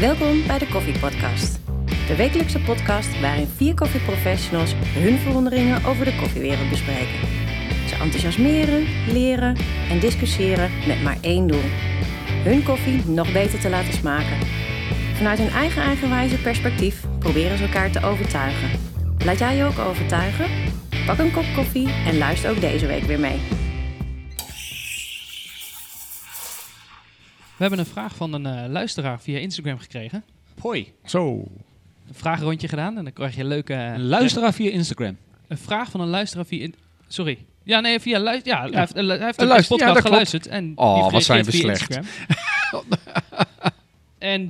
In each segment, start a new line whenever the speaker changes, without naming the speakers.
Welkom bij de Koffie Podcast. De wekelijkse podcast waarin 4 koffieprofessionals hun verwonderingen over de koffiewereld bespreken. Ze enthousiasmeren, leren en discussiëren met maar één doel: hun koffie nog beter te laten smaken. Vanuit hun eigen eigenwijze perspectief proberen ze elkaar te overtuigen. Laat jij je ook overtuigen? Pak een kop koffie en luister ook deze week weer mee.
We hebben een vraag van een luisteraar via Instagram gekregen.
Hoi.
Zo.
Een vragenrondje gedaan en dan krijg je een leuke...
Een luisteraar via Instagram.
Een vraag van een luisteraar via... Sorry. Ja, nee, via... Hij heeft een
luister-
podcast
dat
geluisterd. En
Oh,
die heeft
wat zijn we
gereageerd via
slecht.
Instagram. En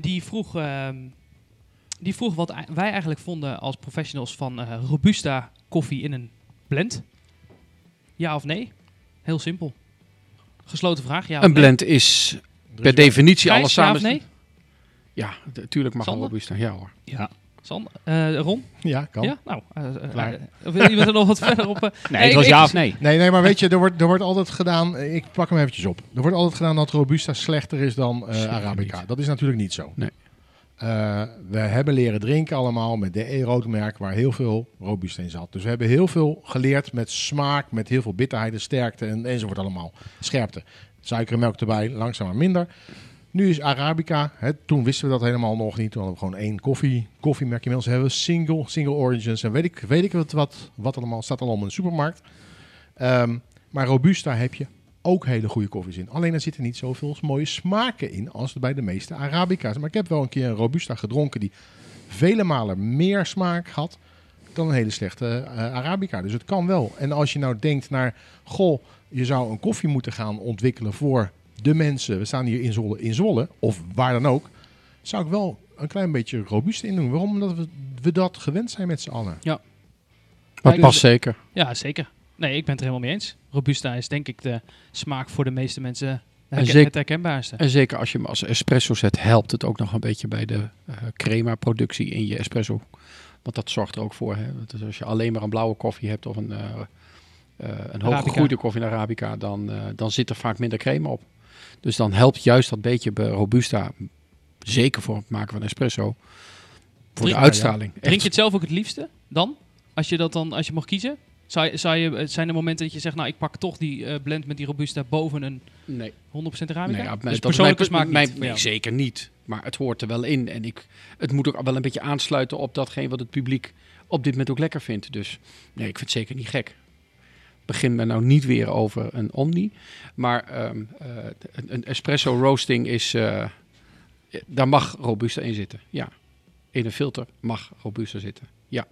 die vroeg wat wij eigenlijk vonden als professionals van Robusta koffie in een blend. Ja of nee? Heel simpel. Gesloten vraag, ja of
Een
nee?
blend is per definitie
Gijs,
alles
ja
samen.
of nee?
Ja, natuurlijk mag een
Sander?
robuusta. Ja hoor.
Ja.
Ron?
Ja, kan.
Ja? Nou,
Klaar.
wil iemand er nog wat verder op?
Nee, het was ja of nee.
Nee, maar weet je, er wordt altijd gedaan... Ik pak hem eventjes op. Er wordt altijd gedaan dat Robusta slechter is dan Arabica.
niet.
Dat is natuurlijk niet zo.
Nee.
We hebben leren drinken allemaal met DE-roodmerk waar heel veel Robusta in zat. Dus we hebben heel veel geleerd met smaak, met heel veel bitterheid, sterkte enzovoort allemaal. Scherpte. Suiker en melk erbij, langzaam maar minder. Nu is Arabica, toen wisten we dat helemaal nog niet. Toen hadden we gewoon één koffiemerk. Inmiddels hebben we single origins en weet ik wat allemaal. Staat allemaal in de supermarkt. Maar Robusta heb je ook hele goede koffies in. Alleen er zitten niet zoveel mooie smaken in als bij de meeste Arabica's. Maar ik heb wel een keer een Robusta gedronken die vele malen meer smaak had dan een hele slechte Arabica. Dus het kan wel. En als je nou denkt naar, goh, je zou een koffie moeten gaan ontwikkelen voor de mensen. We staan hier in Zwolle of waar dan ook. Zou ik wel een klein beetje Robusta in doen. Waarom? Omdat we dat gewend zijn met z'n allen.
Dat past zeker.
Ja, zeker. Nee, ik ben het er helemaal mee eens. Robusta is denk ik de smaak voor de meeste mensen
zeker-
het herkenbaarste.
En zeker als je hem als espresso zet, helpt het ook nog een beetje bij de crema-productie in je espresso. Want dat zorgt er ook voor. Hè? Dus als je alleen maar een blauwe koffie hebt of een hooggegroeide koffie in Arabica, dan zit er vaak minder crema op. Dus dan helpt juist dat beetje bij Robusta, zeker voor het maken van espresso, voor de uitstraling.
Drink je het zelf ook het liefste dan? Als je mocht kiezen? Zijn er momenten dat je zegt, nou ik pak toch die blend met die Robusta boven een 100% Arabica?
Nee,
Dus
dat
persoonlijke
is
smaak niet?
nee,
voor jou?
zeker niet. Maar het hoort er wel in. En het moet ook wel een beetje aansluiten op datgene wat het publiek op dit moment ook lekker vindt. Dus nee, ik vind het zeker niet gek. Begin me nou niet weer over een Omni. Maar een espresso roasting is... daar mag Robusta in zitten. Ja. In een filter mag Robusta zitten. Ja.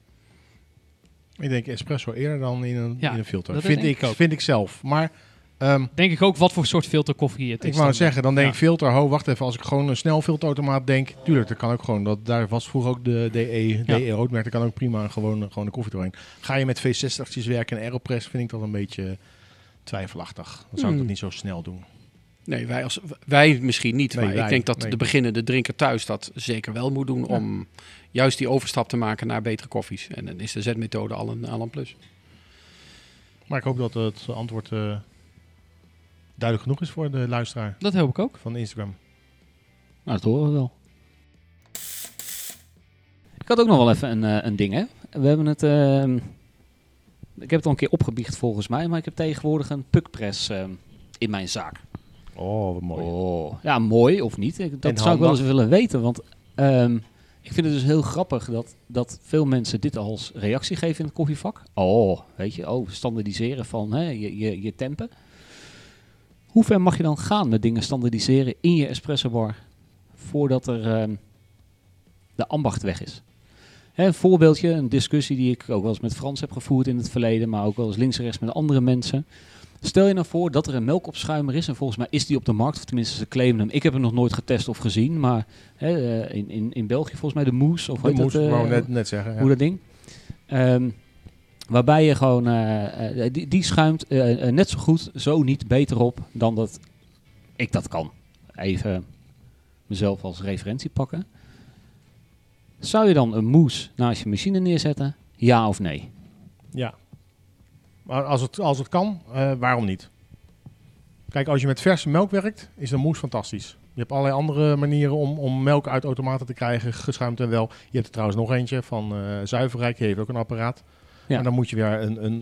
Ik denk espresso eerder dan in een filter.
dat denk ik ook.
Vind ik zelf. Maar
Denk ik ook wat voor soort filter koffie het is.
ik wou het zeggen, dan denk ik
Ja.
filter. Wacht even, als ik gewoon een snel filterautomaat denk. Tuurlijk, dat kan ook gewoon. Daar was vroeger ook de DE roodmerk. Daar kan ook prima gewoon een koffie doorheen. Ga je met V60's werken en Aeropress, vind ik dat een beetje twijfelachtig. Dan zou ik dat niet zo snel doen.
Nee, wij misschien niet.
Nee,
maar ik denk dat de beginnende drinker thuis dat zeker wel moet doen om juist die overstap te maken naar betere koffies. En dan is de zetmethode al een plus.
Maar ik hoop dat het antwoord duidelijk genoeg is voor de luisteraar
Dat hoop ik ook.
van Instagram.
Nou, dat horen we wel. Ik had ook nog wel even een ding, hè. We hebben het... ik heb het al een keer opgebiecht volgens mij, maar ik heb tegenwoordig een puckpress in mijn zaak.
Oh, wat mooi.
Oh, ja, mooi of niet. Dat zou ik
handig.
wel eens willen weten, want ik vind het dus heel grappig dat veel mensen dit als reactie geven in het koffievak. Oh, weet je, standaardiseren van je tempen. Hoe ver mag je dan gaan met dingen standaardiseren in je espresso bar voordat er de ambacht weg is? Een voorbeeldje, een discussie die ik ook wel eens met Frans heb gevoerd in het verleden, maar ook wel eens links en rechts met andere mensen. Stel je nou voor dat er een melkopschuimer is en volgens mij is die op de markt, of tenminste ze claimen hem. Ik heb hem nog nooit getest of gezien, maar in België volgens mij de Mousse, of
Dat moest ik wou net zeggen. Ja.
hoe dat ding. Waarbij je gewoon, die schuimt net zo goed, zo niet beter op dan dat ik dat kan. Even mezelf als referentie pakken. Zou je dan een mousse naast je machine neerzetten? Ja of nee?
Ja. Maar als het kan, waarom niet? Kijk, als je met verse melk werkt, is een mousse fantastisch. Je hebt allerlei andere manieren om melk uit automaten te krijgen, geschuimd en wel. Je hebt er trouwens nog eentje van Zuiverrijk, die heeft ook een apparaat.
Ja.
En dan moet je weer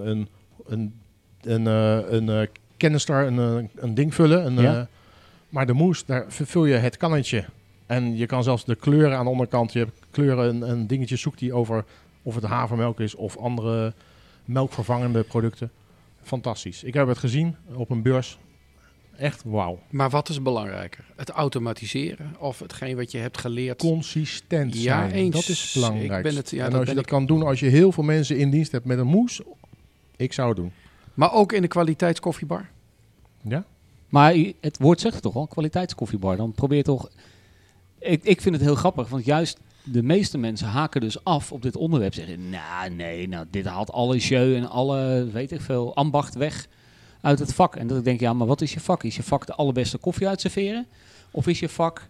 een canister, een ding vullen.
Ja.
Maar de mousse, daar vul je het kannetje. En je kan zelfs de kleuren aan de onderkant, je hebt kleuren, een dingetje zoekt die over of het havermelk is of andere melkvervangende producten. Fantastisch. Ik heb het gezien op een beurs. Echt wauw.
Maar wat is belangrijker? Het automatiseren of hetgeen wat je hebt geleerd?
Consistent
Ja,
zijn.
eens.
Dat is belangrijk.
Ik ben het- ja,
en
dat
als je
ben
dat kan doen als je heel veel mensen in dienst hebt met een mousse, ik zou het doen.
Maar ook in de kwaliteitskoffiebar?
Ja?
Maar het woord zegt het toch al, kwaliteitskoffiebar. Dan probeer je toch... Ik vind het heel grappig, want juist de meeste mensen haken dus af op dit onderwerp. Zeggen, dit haalt alle jeu en alle, weet ik veel, ambacht weg uit het vak. En dat ik denk, ja, maar wat is je vak? Is je vak de allerbeste koffie uitserveren? Of is je vak...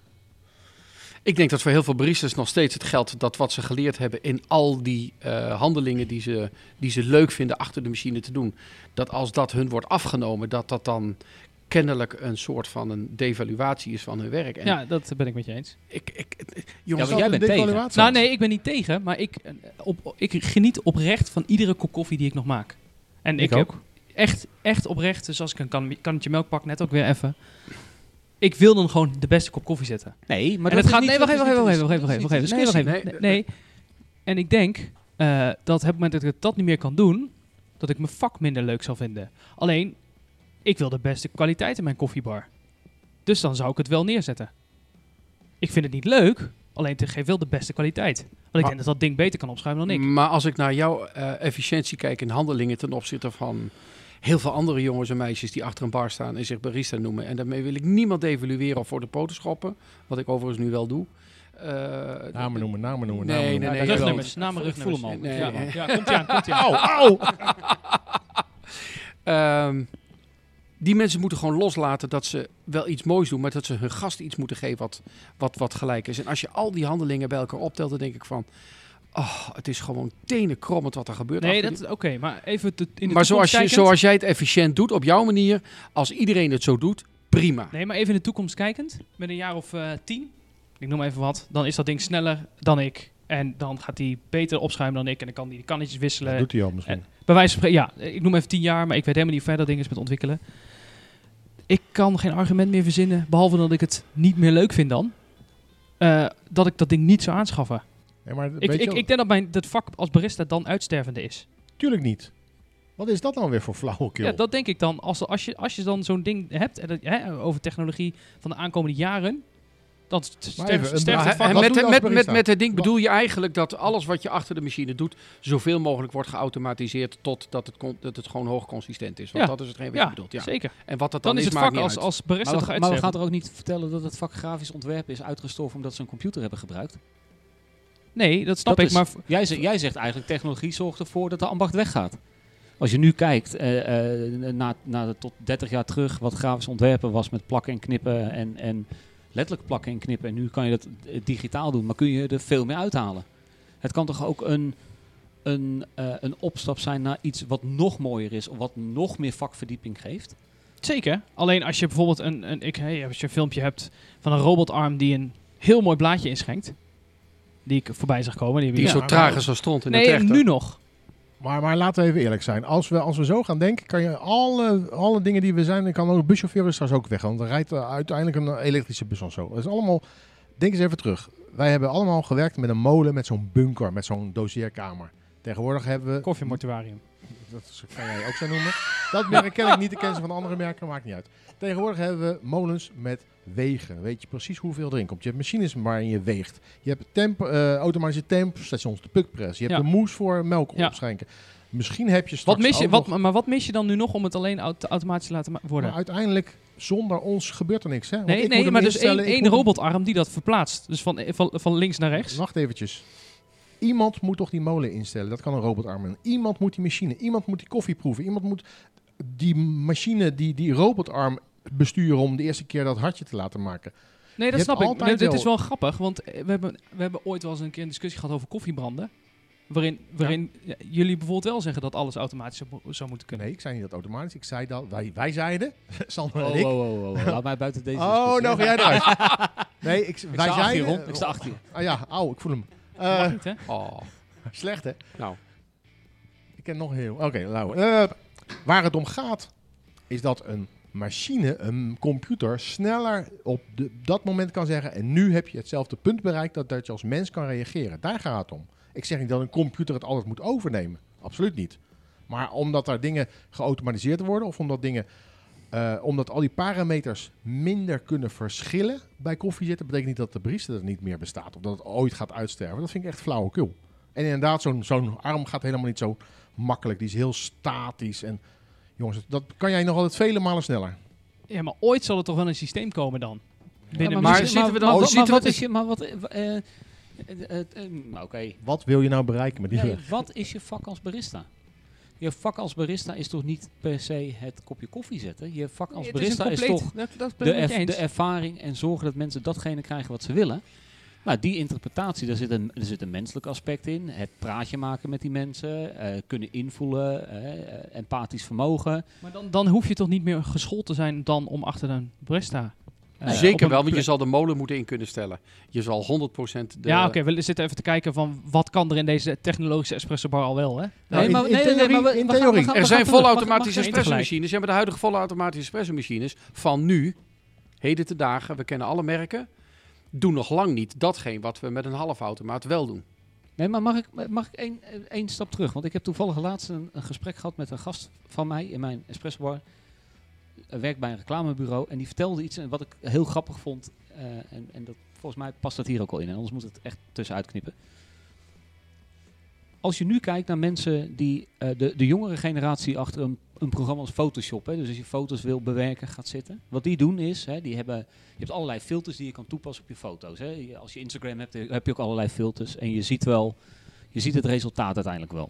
Ik denk dat voor heel veel baristas nog steeds het geldt dat wat ze geleerd hebben in al die handelingen die ze leuk vinden achter de machine te doen, dat als dat hun wordt afgenomen, dat dan kennelijk een soort van een devaluatie is van hun werk. En
Ja, dat ben ik met je eens.
jongens,
maar jij bent tegen.
Nou nee, ik ben niet tegen, maar ik geniet oprecht van iedere kop koffie die ik nog maak. En
Ik
heb
ook.
echt oprecht, dus als ik een kannetje melk pak, net ook weer even. Ik wil dan gewoon de beste kop koffie zetten.
Nee, maar
En
dat
het gaat...
is
Nee,
niet-
wacht
dat is niet de
even.
discussie.
Nee. En ik denk dat op het moment dat ik dat niet meer kan doen, dat ik mijn vak minder leuk zal vinden. Alleen, ik wil de beste kwaliteit in mijn koffiebar. Dus dan zou ik het wel neerzetten. Ik vind het niet leuk, alleen het geeft wel de beste kwaliteit. Want ik denk dat dat ding beter kan opschuiven dan ik.
Maar als ik naar jouw efficiëntie kijk in handelingen ten opzichte van heel veel andere jongens en meisjes die achter een bar staan en zich barista noemen. En daarmee wil ik niemand devalueren of voor de poten schoppen. Wat ik overigens nu wel doe.
Namen noemen.
Nee.
Rugnummers, namen
Ik voel hem al.
rugnummers.
Nee.
Ja, komt ie aan.
Auw!
Die mensen moeten gewoon loslaten dat ze wel iets moois doen, maar dat ze hun gasten iets moeten geven wat gelijk is. En als je al die handelingen bij elkaar optelt, dan denk ik van, het is gewoon tenenkrommend wat er gebeurt.
Nee,
achter
dat
die-
is oké. Maar even in de
Maar
toekomst kijkend.
zoals jij het efficiënt doet, op jouw manier, als iedereen het zo doet, prima.
Nee, maar even in de toekomst kijkend. Met een jaar of 10, ik noem even wat, dan is dat ding sneller dan ik. En dan gaat hij beter opschuimen dan ik. En dan kan hij de kannetjes wisselen.
Dat doet hij al misschien.
Bij wijze van spreken, ja, ik noem even 10 jaar, maar ik weet helemaal niet hoe ver dat ding is met ontwikkelen. Ik kan geen argument meer verzinnen, behalve dat ik het niet meer leuk vind dan, dat ik dat ding niet zou aanschaffen.
Nee, maar
Ik denk dat dat vak als barista dan uitstervende is.
Tuurlijk niet. Wat is dat nou weer voor flauwekul?
Ja, dat denk ik dan. Als je dan zo'n ding hebt, over technologie van de aankomende jaren, dan sterft
even,
het
Maar
vak.
wat doe je als barista?
met het ding bedoel je eigenlijk dat alles wat je achter de machine doet, zoveel mogelijk wordt geautomatiseerd totdat het gewoon hoog consistent is. Want
Ja.
dat is hetgeen wat
Ja,
je bedoelt. Ja.
zeker.
En wat dat dan,
Dan is het
maakt
vak
niet
als,
uit.
als barista
Maar
toch
we gaan
uitsterven.
er ook niet vertellen dat het vak grafisch ontwerpen is uitgestorven omdat ze een computer hebben gebruikt.
Nee, dat snap
Dat
ik.
is-
Maar
Jij zegt eigenlijk technologie zorgt ervoor dat de ambacht weggaat. Als je nu kijkt, tot 30 jaar terug, wat grafisch ontwerpen was met plakken en knippen en letterlijk plakken en knippen. En nu kan je dat digitaal doen, maar kun je er veel meer uithalen. Het kan toch ook een opstap zijn naar iets wat nog mooier is of wat nog meer vakverdieping geeft?
zeker. Alleen als je bijvoorbeeld als je een filmpje hebt van een robotarm die een heel mooi blaadje inschenkt, die ik voorbij zag komen.
Die is
Ja,
zo
maar-
traag als een stront in de
Nee,
trechter.
nu nog.
Maar laten we even eerlijk zijn. Als we zo gaan denken, kan je alle dingen die we zijn, dan kan ook een buschauffeur straks ook weg. Want er rijdt uiteindelijk een elektrische bus of zo. Dat is allemaal, denk eens even terug. Wij hebben allemaal gewerkt met een molen, met zo'n bunker, met zo'n doseerkamer. Tegenwoordig hebben we...
Koffiemortuarium.
Dat kan jij ook zo noemen. Dat merk ken ik niet, ik ken ze van andere merken, maakt niet uit. Tegenwoordig hebben we molens met wegen. Weet je precies hoeveel erin komt. Je hebt machines waarin je weegt. Je hebt automatische tempstations, de pukpress. Je hebt
Ja.
de moes voor melk
Ja.
opschenken. Misschien heb je straks
Wat mis je,
ook nog-
maar wat mis je dan nu nog om het alleen automatisch te laten worden?
Maar uiteindelijk, zonder ons gebeurt er niks. Hè? Want ik moet
Nee,
hem
maar dus
instellen, ik
één
moet hem-
robotarm die dat verplaatst. Dus van links naar rechts.
Wacht eventjes. Iemand moet toch die molen instellen. Dat kan een robotarm. En iemand moet die machine. Iemand moet die koffie proeven. Iemand moet die machine, die robotarm besturen om de eerste keer dat hartje te laten maken.
Nee,
Je
dat
hebt
snap ik.
altijd
Nee, dit
wel-
is wel grappig, want we hebben ooit wel eens een keer een discussie gehad over koffiebranden. waarin jullie bijvoorbeeld wel zeggen dat alles automatisch zou moeten kunnen.
Nee, ik zei niet dat automatisch. Ik zei dat wij zeiden, Sander en
Oh,
ik.
Laat mij buiten deze
Oh,
discussie.
nou ga jij eruit. Nee, wij
sta achter je,
zeiden...
Ron. Ik sta achter je.
Ah ja, ik voel hem.
Mag niet, hè?
Oh,
Slecht, hè?
nou.
Ik ken nog heel... Oké, nou. Waar het om gaat, is dat een machine, een computer, sneller op dat moment kan zeggen... en nu heb je hetzelfde punt bereikt dat je als mens kan reageren. Daar gaat het om. Ik zeg niet dat een computer het altijd moet overnemen. Absoluut niet. Maar omdat er dingen geautomatiseerd worden... of omdat al die parameters minder kunnen verschillen bij koffiezetten... betekent niet dat de barista er niet meer bestaat... of dat het ooit gaat uitsterven. Dat vind ik echt flauwekul. En inderdaad, zo'n arm gaat helemaal niet zo makkelijk. Die is heel statisch. En jongens, dat kan jij nog altijd vele malen sneller.
Ja, maar ooit zal er toch wel een systeem komen dan?
Oké.
Wat wil je nou bereiken met die
Nee,
vraag?
wat is je vak als barista? Je vak als barista is toch niet per se het kopje koffie zetten? Je vak als barista is toch
Dat ben ik met je eens.
de ervaring en zorgen dat mensen datgene krijgen wat ze willen. Nou, die interpretatie, daar zit een menselijk aspect in. Het praatje maken met die mensen, kunnen invoelen, empathisch vermogen.
Maar dan hoef je toch niet meer geschoold te zijn dan om achter een barista... op
Zeker
een
wel, want je
plek-
zal de molen moeten in kunnen stellen. Je zal 100% de...
Ja, oké, we zitten even te kijken van wat kan er in deze technologische espresso bar al wel, hè?
in theorie.
Er zijn volautomatische
mag ik
espresso-machines. Ja, maar de huidige volautomatische espresso-machines van nu, heden te dagen, we kennen alle merken, doen nog lang niet datgene wat we met een halfautomaat wel doen.
Nee, maar mag ik één stap terug? Want ik heb toevallig laatst een gesprek gehad met een gast van mij in mijn espresso bar. Werkt bij een reclamebureau en die vertelde iets wat ik heel grappig vond. En dat, volgens mij past dat hier ook al in. En anders moet het echt tussenuit knippen. Als je nu kijkt naar mensen die de jongere generatie achter een programma als Photoshop, hè, dus als je foto's wil bewerken, gaat zitten. Wat die doen is, hè, je hebt allerlei filters die je kan toepassen op je foto's. Hè. Als je Instagram hebt, heb je ook allerlei filters. En je ziet het resultaat uiteindelijk wel.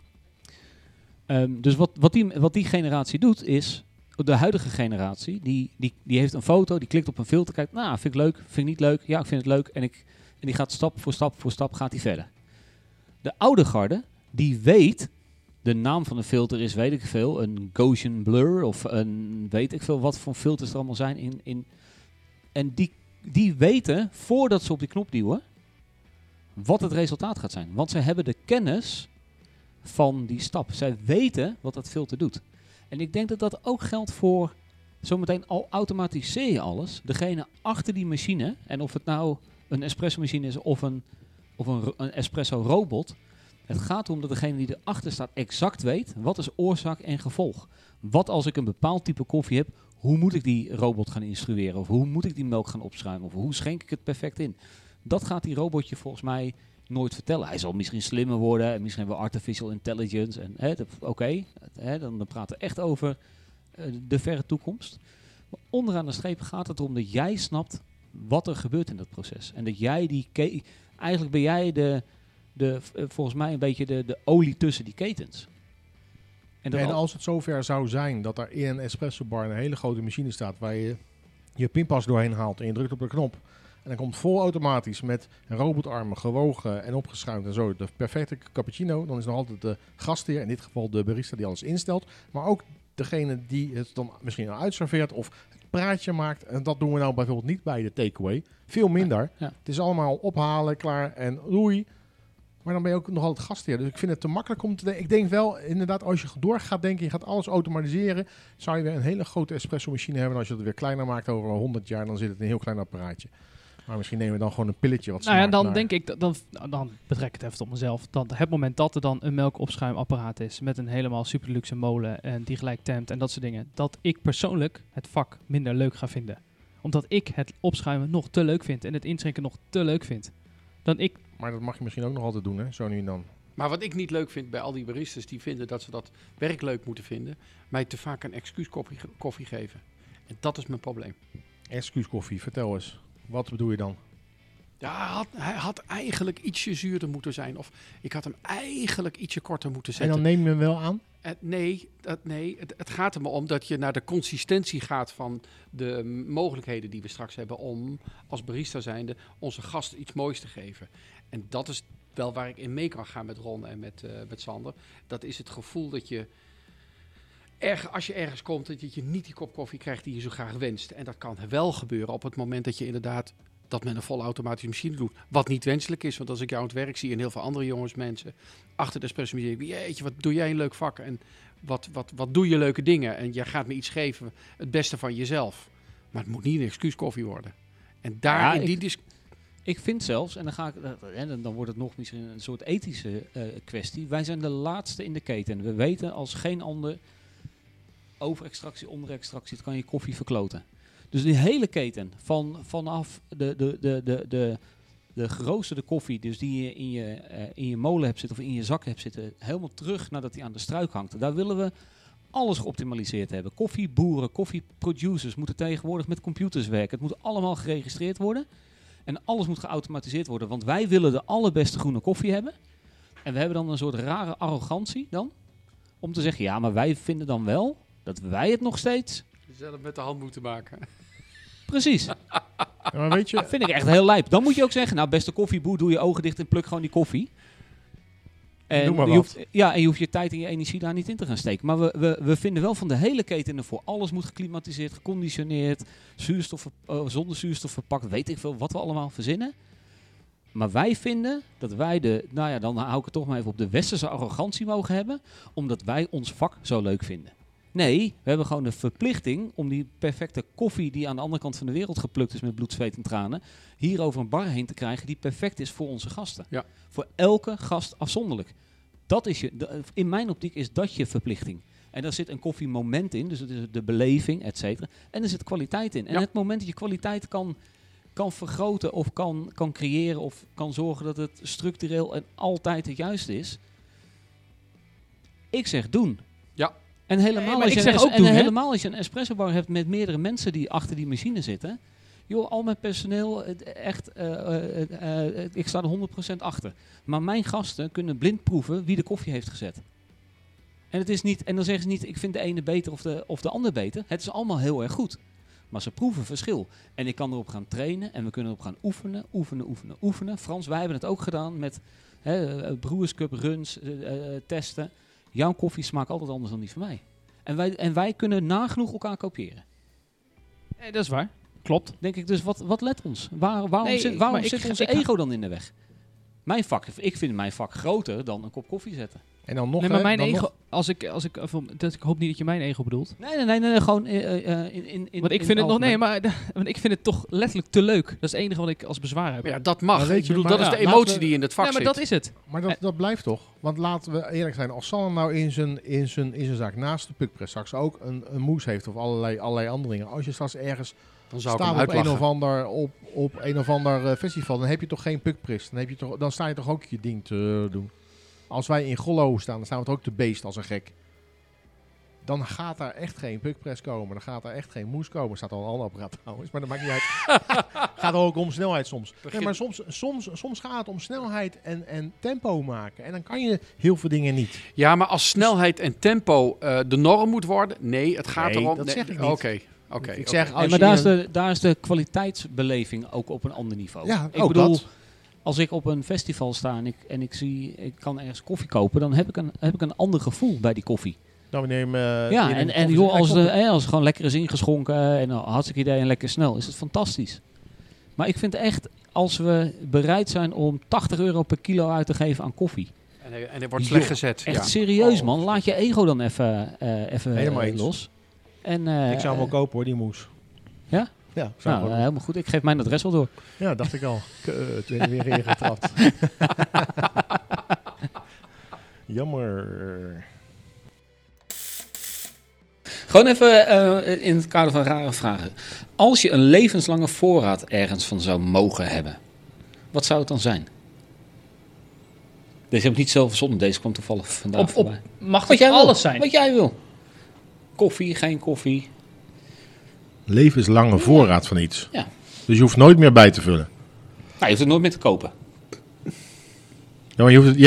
Dus wat die generatie doet is, de huidige generatie, die heeft een foto, die klikt op een filter, kijkt, nou, vind ik leuk, vind ik niet leuk, ja, ik vind het leuk. En die gaat stap voor stap gaat die verder. De oude garde, die weet, de naam van de filter is, weet ik veel, een Gaussian blur of een weet ik veel wat voor filters er allemaal zijn. En die weten, voordat ze op die knop duwen, wat het resultaat gaat zijn. Want ze hebben de kennis van die stap. Zij weten wat dat filter doet. En ik denk dat dat ook geldt voor, zometeen al automatiseer je alles, degene achter die machine, en of het nou een espresso machine is of een espresso robot. Het gaat erom dat degene die erachter staat exact weet wat is oorzaak en gevolg. Wat als ik een bepaald type koffie heb, hoe moet ik die robot gaan instrueren? Of hoe moet ik die melk gaan opschuimen? Of hoe schenk ik het perfect in? Dat gaat die robotje volgens mij nooit vertellen. Hij zal misschien slimmer worden en misschien wel artificial intelligence. Dan praten we echt over de verre toekomst. Maar onderaan de streep gaat het erom dat jij snapt wat er gebeurt in dat proces. En dat jij eigenlijk ben jij volgens mij een beetje de olie tussen die ketens.
En als het zover zou zijn dat er in een espresso bar een hele grote machine staat waar je je pinpas doorheen haalt en je drukt op de knop. En dan komt vol automatisch met een robotarmen gewogen en opgeschuimd en zo de perfecte cappuccino. Dan is nog altijd de gastheer, in dit geval de barista die alles instelt. Maar ook degene die het dan misschien al uitserveert of het praatje maakt. En dat doen we nou bijvoorbeeld niet bij de takeaway. Veel minder.
Ja.
Het is allemaal ophalen, klaar en doei. Maar dan ben je ook nog altijd gastheer. Dus ik vind het te makkelijk om te denken. Ik denk wel, inderdaad, als je door gaat denken, je gaat alles automatiseren, zou je weer een hele grote espresso machine hebben. En als je het weer kleiner maakt over 100 jaar, dan zit het in een heel klein apparaatje. Maar misschien nemen we dan gewoon een pilletje wat
Nou ja,
smaakt
dan
naar.
denk ik, dan betrek ik het even tot mezelf. Dan het moment dat er dan een melkopschuimapparaat is met een helemaal super luxe molen en die gelijk temt en dat soort dingen, dat ik persoonlijk het vak minder leuk ga vinden. Omdat ik het opschuimen nog te leuk vind en het inschenken nog te leuk vind. Dan ik...
Maar dat mag je misschien ook nog altijd doen, hè? Zo nu en dan.
Maar wat ik niet leuk vind bij al die baristas die vinden dat ze dat werk leuk moeten vinden, mij te vaak een excuuskoffie geven. En dat is mijn probleem.
Excuuskoffie, vertel eens. Wat bedoel je dan?
Ja, hij had eigenlijk ietsje zuurder moeten zijn. Of ik had hem eigenlijk ietsje korter moeten
En
zetten.
dan neem je hem wel aan?
Nee, het gaat er maar om dat je naar de consistentie gaat van de mogelijkheden die we straks hebben om als barista zijnde onze gasten iets moois te geven. En dat is wel waar ik in mee kan gaan met Ron en met Sander. Dat is het gevoel dat je, als je ergens komt, dat je niet die kop koffie krijgt die je zo graag wenst. En dat kan wel gebeuren op het moment dat je inderdaad dat met een volle automatische machine doet. Wat niet wenselijk is, want als ik jou aan het werk zie en heel veel andere mensen achter de espresso machine, jeetje, wat doe jij een leuk vak en wat doe je leuke dingen. En jij gaat me iets geven, het beste van jezelf. Maar het moet niet een excuuskoffie worden. En daar in die discussie...
Ik vind zelfs, en dan wordt het nog misschien een soort ethische kwestie. Wij zijn de laatste in de keten. We weten als geen ander overextractie, onderextractie, het kan je koffie verkloten. Dus die hele keten, vanaf de geroosterde koffie, dus die je in je molen hebt zitten of in je zak hebt zitten, helemaal terug nadat die aan de struik hangt. Daar willen we alles geoptimaliseerd hebben. Koffieboeren, koffieproducers moeten tegenwoordig met computers werken. Het moet allemaal geregistreerd worden. En alles moet geautomatiseerd worden, want wij willen de allerbeste groene koffie hebben. En we hebben dan een soort rare arrogantie dan, om te zeggen, ja, maar wij vinden dan wel dat wij het nog steeds
zelf met de hand moeten maken.
Precies.
Ja, maar weet je,
Vind ik echt heel lijp. Dan moet je ook zeggen, nou, beste koffieboer, doe je ogen dicht en pluk gewoon die koffie. En
doe maar
je
wat.
en je hoeft je tijd en je energie daar niet in te gaan steken. Maar we vinden wel van de hele keten ervoor. Alles moet geklimatiseerd, geconditioneerd, zonder zuurstof verpakt. Weet ik veel wat we allemaal verzinnen. Maar wij vinden dat wij dan hou ik het toch maar even op, de westerse arrogantie mogen hebben. Omdat wij ons vak zo leuk vinden. Nee, we hebben gewoon de verplichting om die perfecte koffie die aan de andere kant van de wereld geplukt is met bloed, zweet en tranen, hier over een bar heen te krijgen die perfect is voor onze gasten.
Ja.
Voor elke gast afzonderlijk. Dat is in mijn optiek is dat je verplichting. En daar zit een koffiemoment in, dus het is de beleving, et cetera. En er zit kwaliteit in. En het moment dat je kwaliteit kan vergroten of kan creëren of kan zorgen dat het structureel en altijd het juiste is. Ik zeg doen.
Ja.
En helemaal,
maar
als,
ik
je
zeg
een,
ook doen, hè?
helemaal als je een espresso bar hebt met meerdere mensen die achter die machine zitten. Joh, al mijn personeel, ik sta er 100% achter. Maar mijn gasten kunnen blind proeven wie de koffie heeft gezet. En het is niet, en dan zeggen ze niet, ik vind de ene beter of de ander beter. Het is allemaal heel erg goed. Maar ze proeven verschil. En ik kan erop gaan trainen en we kunnen erop gaan oefenen. Frans, wij hebben het ook gedaan met Brewers Cup runs, testen. Jouw koffie smaakt altijd anders dan die van mij. En wij kunnen nagenoeg elkaar kopiëren.
Nee, dat is waar. Klopt.
Denk ik, dus wat let ons? Waarom
Nee,
zit
maar
onze ego dan in de weg? Ik vind mijn vak groter dan een kop koffie zetten.
en dan nog...
Nee, maar
hè,
mijn
dan
ego,
nog-
ik hoop niet dat je mijn ego bedoelt.
Nee, gewoon in
Want ik vind het nog, want ik vind het toch letterlijk te leuk. Dat is het enige wat ik als bezwaar heb.
Ja, dat mag.
Maar weet
Ik
je,
bedoel,
maar
dat is
ja,
de
laten
emotie
we-
die in het vak
Ja, maar
zit.
dat is het.
Maar dat blijft toch? Want laten we eerlijk zijn, als Sander nou in zijn zaak naast de Pukpress straks ook een moes heeft of allerlei andere dingen. Als je straks ergens
Dan zou ik hem
staat op
uitlachen.
op een of ander festival, dan heb je toch geen Pukpress. Dan sta je toch ook je ding te doen. Als wij in Gollo staan, dan staan we toch ook te beest als een gek. Dan gaat daar echt geen Pukpress komen. Dan gaat daar echt geen moes komen. Er staat al een ander apparaat trouwens, maar dat maakt niet uit. Gaat ook om snelheid soms. Nee, maar soms gaat het om snelheid en tempo maken. En dan kan je heel veel dingen niet.
Ja, maar als snelheid en tempo de norm moet worden, nee, het gaat
Nee,
erom...
dat zeg ik niet.
Oké.
Ik zeg,
Nee,
als
maar
je
daar is de kwaliteitsbeleving ook op een ander niveau.
Ja,
ik
ook
bedoel,
dat.
als ik op een festival sta en ik kan ergens koffie kopen, dan heb ik een ander gevoel bij die koffie.
Nou, we nemen,
Ja,
je neemt
en
koffie-
joh, als
Hij komt-
het gewoon lekker is ingeschonken en hartstikke idee en lekker snel, is het fantastisch. Maar ik vind echt, als we bereid zijn om €80 per kilo uit te geven aan koffie.
En hij wordt slecht
Joh,
gezet.
Echt
Ja.
serieus, man. Laat je ego dan even
Helemaal eens.
los. En,
Ik zou hem wel kopen hoor, die moes.
Ja?
Ja, ik zou hem wel
helemaal goed. Ik geef mijn adres wel door.
doen. Ja, dacht ik al. Kut, weer ingetrapt. Jammer.
Gewoon even in het kader van rare vragen. Als je een levenslange voorraad ergens van zou mogen hebben, wat zou het dan zijn? Deze heb ik niet zelf verzonnen. Deze kwam toevallig vandaag voorbij.
Mag
Wat jij wil.
alles zijn?
Wat jij wil. Koffie, geen koffie.
Levenslange voorraad van iets.
Ja.
Dus je hoeft nooit meer bij te vullen.
Nou, je hoeft het nooit meer te kopen.
Ja, maar je hoeft het,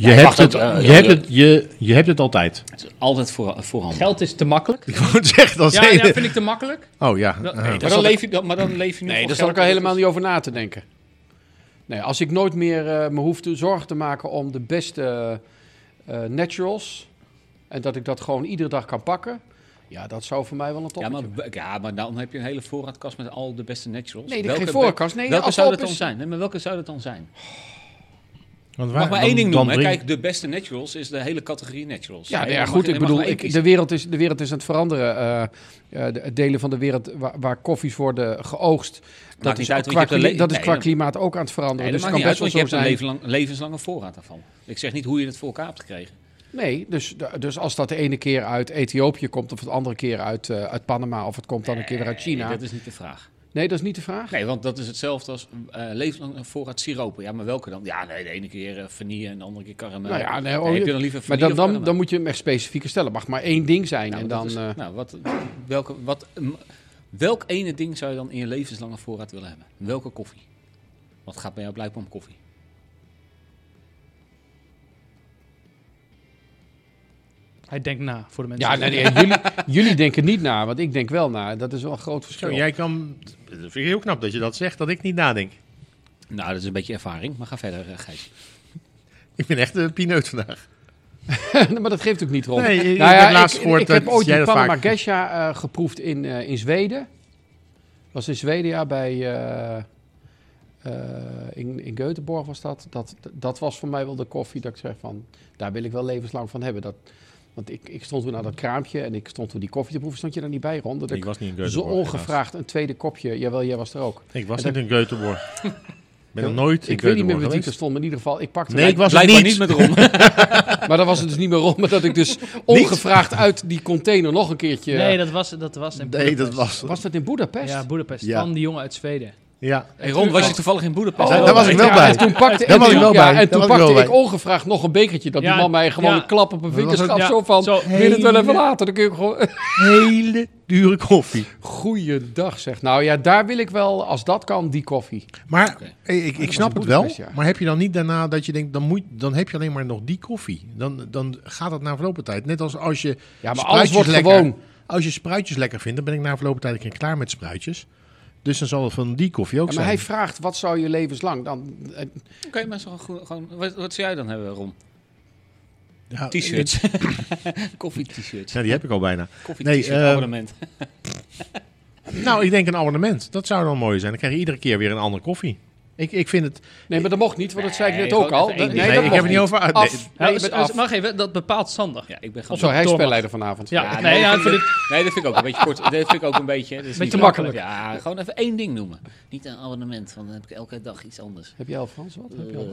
je hebt het altijd.
Het is altijd voorhanden.
Geld is te makkelijk.
Ik wou het zeggen, dat is
Ja,
hele-
dat vind ik te makkelijk.
Oh ja.
Dat-
Ah.
nee,
Maar dan leef je nu
Nee,
voor
daar zat
geld
ik al helemaal niet over na te denken. Nee, als ik nooit meer me hoef te zorgen te maken om de beste naturals... en dat ik dat gewoon iedere dag kan pakken... ja, dat zou voor mij wel een toppetje.
Maar dan heb je een hele voorraadkast met al de beste naturals.
Nee, geen voorraadkast. Nee,
welke
als
zou
op
dat dan
is-
zijn? Nee, maar welke zou dat dan zijn?
Want
Mag maar één ding noemen. Hè?
drink-
Kijk, de beste naturals is de hele categorie naturals.
Ja,
Hè,
ja,
je
goed.
mag-
Ik
je mag
bedoel,
maar één kiezen.
de wereld is aan het veranderen. De delen van de wereld waar koffies worden geoogst... dat
niet
is,
uit,
qua,
want je hebt een
dat is
nee,
qua
dan-
klimaat ook aan het veranderen.
Nee,
dus
dat
het
maakt
kan
niet uit,
best wel
want je
zo
hebt
zijn...
een levenslange voorraad daarvan. Ik zeg niet hoe je het voor elkaar hebt gekregen.
Nee, dus als dat de ene keer uit Ethiopië komt... of de andere keer uit Panama... of het komt dan een keer weer uit China...
Nee, dat is niet de vraag.
Nee, dat is niet de vraag.
Nee, want dat is hetzelfde als levenslange voorraad siropen. Ja, maar welke dan? Ja, nee, de ene keer vanille en de andere keer karamel.
Nou ja, nee,
Nee, heb je dan liever
maar
vanille of
dan
karamel?
moet je hem echt specifieker stellen. Mag maar één ding zijn.
Nou,
en
dat
dan,
is- welk ene ding zou je dan in je levenslange voorraad willen hebben? Welke koffie? Wat gaat bij jou blijkbaar om koffie?
Hij denkt na voor de mensen.
ja, nee, jullie denken niet na, want ik denk wel na. Dat is wel een groot verschil.
Zo, jij kan... Dat vind ik heel knap dat je dat zegt, dat ik niet nadenk.
Nou, dat is een beetje ervaring, maar ga verder, Gijs.
Ik ben echt een pineut vandaag.
Maar dat geeft ook niet rond.
Nee, ik heb laatst gehoord
ik heb
dat
ooit
jij
die
dat
Panama
vaak-
Geisha geproefd in Zweden. Was in Zweden, ja, bij... in Göteborg was dat. Dat was voor mij wel de koffie dat ik zeg van... Daar wil ik wel levenslang van hebben. Want ik stond toen aan dat kraampje en ik stond toen die koffie te proeven. Stond je daar niet bij, Ron? Dat
Ik
ik
was niet in
zo
Göteborg.
ongevraagd een tweede kopje... Jawel, jij was er ook.
Ik was
En
niet in Göteborg. Ik ben nog nooit in
Ik weet niet meer
Göteborg
met wie er
geweest.
stond, maar in ieder geval, ik pakte...
Nee, ik was het
Blijkbaar
niet.
niet met Ron.
Maar dan was het dus niet meer rond, maar dat ik dus ongevraagd uit die container nog een keertje...
Nee, dat was in
Nee, dat
Boedapest.
was...
Was dat in Boedapest?
Ja, Boedapest.
Ja.
Van die jongen uit Zweden.
Ja.
Hey Ron, was je toevallig in Boedapest?
Daar was ik wel
ja,
bij.
En toen pakte,
Daar was ik wel bij.
En
Daar
toen
was ik wel
pakte
bij.
ik ongevraagd nog een bekertje. Dat die
Ja,
man mij gewoon
ja.
een klap op mijn
Dat was
vingers
ook-
gaf.
ja,
Zo van,
zo.
wil je het wel even laten? Dan kun je gewoon...
Hele dure koffie.
Goeiedag zeg. Nou ja, daar wil ik wel, als dat kan, die koffie.
Maar
Oké.
ik
was
snap
in
het wel.
Boedapest, ja.
Maar heb je dan niet daarna dat je denkt, dan heb je alleen maar nog die koffie. Dan gaat het na verloop van tijd. Net als je
Ja, maar
spruitjes
alles wordt
lekker,
gewoon...
Als je spruitjes lekker vindt, dan ben ik na verloop van tijd een keer klaar met spruitjes. Dus dan zal het van die koffie ook
Ja, maar
zijn.
hij vraagt, wat zou je levenslang dan...
Oké, maar zo gewoon, wat zou jij dan hebben, Ron?
Ja,
T-shirts. Koffie-t-shirts.
Ja, die heb ik al bijna.
Koffie-t-shirt
Nee,
abonnement.
Nou, ik denk een abonnement. Dat zou dan mooi zijn. Dan krijg je iedere keer weer een andere koffie. Ik vind het...
Nee, maar dat mocht niet, want dat zei ik
Nee,
net ook
gewoon
al.
even één
Nee,
ding.
dat
ik
mocht
heb het niet over...
Af.
Nee,
Nee, je bent af.
Mag even, dat bepaalt Sander.
Ja, ik ben
Of
gewoon...
zo, hij is
Thomas.
spelleider vanavond.
Ja,
Ja,
nee,
nee,
ja,
dat
voor dit,
Nee, dat vind ik ook een beetje kort. Dat vind ik ook een beetje... Dat is
Beetje
niet
te makkelijk.
Ja, gewoon even één ding noemen. Niet een abonnement, want dan heb ik elke dag iets anders.
Heb jij al Frans? Wat heb je al?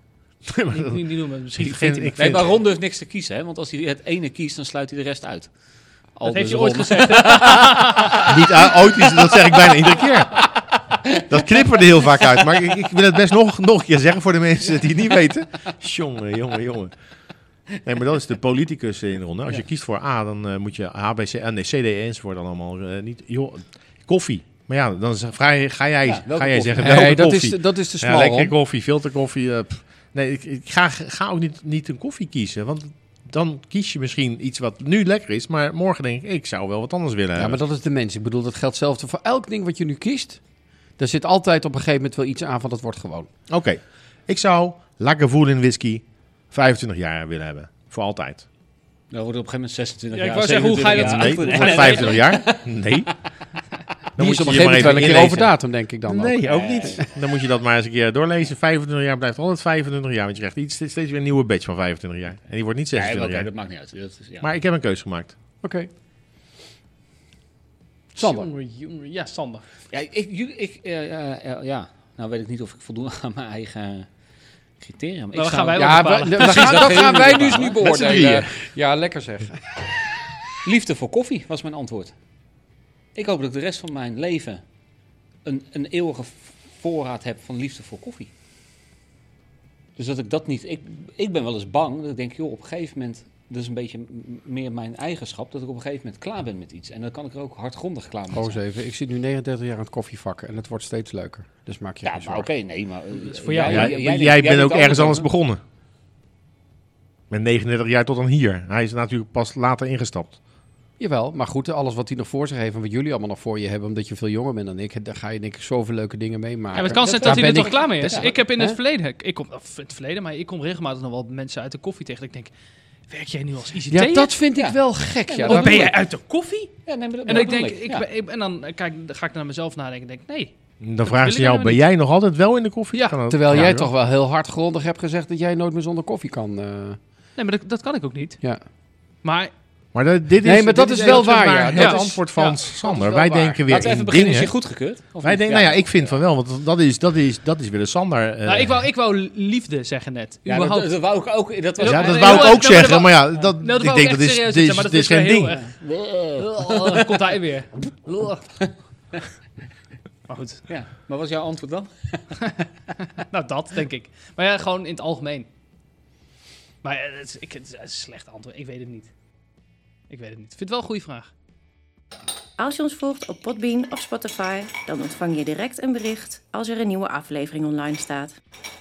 die noemen misschien
Ik
vergeet
vind-
hij
ik
Nee,
vind-
maar Ron durft niks te kiezen, hè? Want als hij het ene kiest, dan sluit hij de rest uit.
Dat heeft
dus
hij ooit
Ron.
gezegd.
Niet ooit is, dat zeg ik bijna iedere keer. Dat knippen er heel vaak uit. Maar ik wil het best nog een keer zeggen voor de mensen die het niet weten. Jongen. Nee, maar dat is de politicus in de ronde. Als je kiest voor A, dan moet je A, B, C, nee, C, D, E, enzovoort allemaal niet. Joh, koffie. Maar ja, dan ga jij
welke koffie?
zeggen
Nee,
welke
dat
koffie.
is te
Ja,
smal.
lekkere
Ron.
koffie, filterkoffie. Nee, ik ga ook niet een koffie kiezen. Want dan kies je misschien iets wat nu lekker is. Maar morgen denk ik zou wel wat anders willen
Ja,
hebben.
maar dat is de mens. Ik bedoel, dat geldt hetzelfde voor elk ding wat je nu kiest. Er zit altijd op een gegeven moment wel iets aan van dat wordt gewoon.
Oké, ik zou Lagavulin whisky 25 jaar willen hebben. Voor altijd.
Dan wordt het op een gegeven moment 26
Ja, ik
jaar.
wou zeggen, hoe ga je dat-
27
Nee,
jaar.
het wordt 25 jaar. Nee.
Die is op een
je
gegeven
maar
moment wel een
even
keer over
inlezen.
datum, denk ik dan ook.
Nee, ook niet. Dan moet je dat maar eens een keer doorlezen. 25 jaar blijft altijd 25 jaar. Want je krijgt steeds weer een nieuwe batch van 25 jaar. En die wordt niet
Nee,
26
oké,
jaar.
dat maakt niet uit. Dat is, ja.
Maar ik heb een keuze gemaakt.
Oké. Sander.
Jongen, ja, Sander.
Ja, nou weet ik niet of ik voldoen aan mijn eigen criteria. Maar
Nou,
ik
dan gaan wij
zou-
Ja,
bepalen.
dat gaan wij dus nu
Met z'n
beoordelen.
drieën.
Ja, lekker zeg.
Liefde voor koffie was mijn antwoord. Ik hoop dat ik de rest van mijn leven een eeuwige voorraad heb van liefde voor koffie. Dus dat ik dat niet... Ik ben wel eens bang dat ik denk, joh, op een gegeven moment... Dat is een beetje meer mijn eigenschap, dat ik op een gegeven moment klaar ben met iets. En dan kan ik er ook hardgrondig klaar mee
Oh, eens
zijn.
even. Ik zit nu 39 jaar aan het koffievak en het wordt steeds leuker. Dus maak je
Ja,
geen
maar oké,
zorgen.
nee, maar...
is voor jou.
Jij bent ook ergens anders
begonnen.
begonnen. Met 39 jaar tot aan hier. Hij is natuurlijk pas later ingestapt.
Jawel, maar goed, alles wat hij nog voor zich heeft en wat jullie allemaal nog voor je hebben, omdat je veel jonger bent dan ik, daar ga je denk ik zoveel leuke dingen meemaken.
Ja, maar het kan zijn
Daar
dat hij er
ben
toch klaar mee is.
Ja.
Ik heb in het
Hè?
verleden, maar ik kom regelmatig nog wel mensen uit de koffie tegen. Ik denk, werk jij nu als ICT?
Ja, dat vind ik wel gek. Ja,
Of
dat
ben
bedoel
jij
ik.
uit de koffie?
Ja, nee, maar dat
En ik
bedoel
denk,
Ja.
en dan ga ik naar mezelf nadenken en denk, nee.
Dan vragen ze
wil ik
jou,
helemaal
ben
niet.
jij nog altijd wel in de koffie?
Ja,
Kan dat?
Terwijl
Ja,
jij
joh.
toch wel heel hardgrondig hebt gezegd dat jij nooit meer zonder koffie kan.
Nee, maar dat kan ik ook niet.
Ja.
Maar
Maar dit
Nee, maar dat
dit
is wel
even
waar,
naar
ja.
Het
Dat is-
antwoord van
ja,
Sander.
dat is
Wij
wel waar.
denken weer
Laten we even
in
beginnen. Is
dingen.
je goedgekeurd? Of
Wij
niet?
denken, nou ja, ik vind van wel, want dat is weer de Sander.
nou, ik wou liefde zeggen net.
Ja,
Überhaupt.
dat wou ik ook. Dat was
ja,
Ja,
dat
heel
wou ik
erg-
ook
nou,
zeggen,
maar
maar ja, dat,
Nou, dat
ik
wou
denk
echt
dat is,
serieus
dit
zeggen, maar
is,
dat
dit is geen
weer
ding.
heel erg. Komt hij weer. Maar goed,
Ja, maar wat was jouw antwoord dan?
nou dat denk ik. Maar ja, gewoon in het algemeen. Maar het is een slecht antwoord. Ik weet het niet. Ik vind het wel een goede vraag.
Als je ons volgt op Podbean of Spotify, dan ontvang je direct een bericht als er een nieuwe aflevering online staat.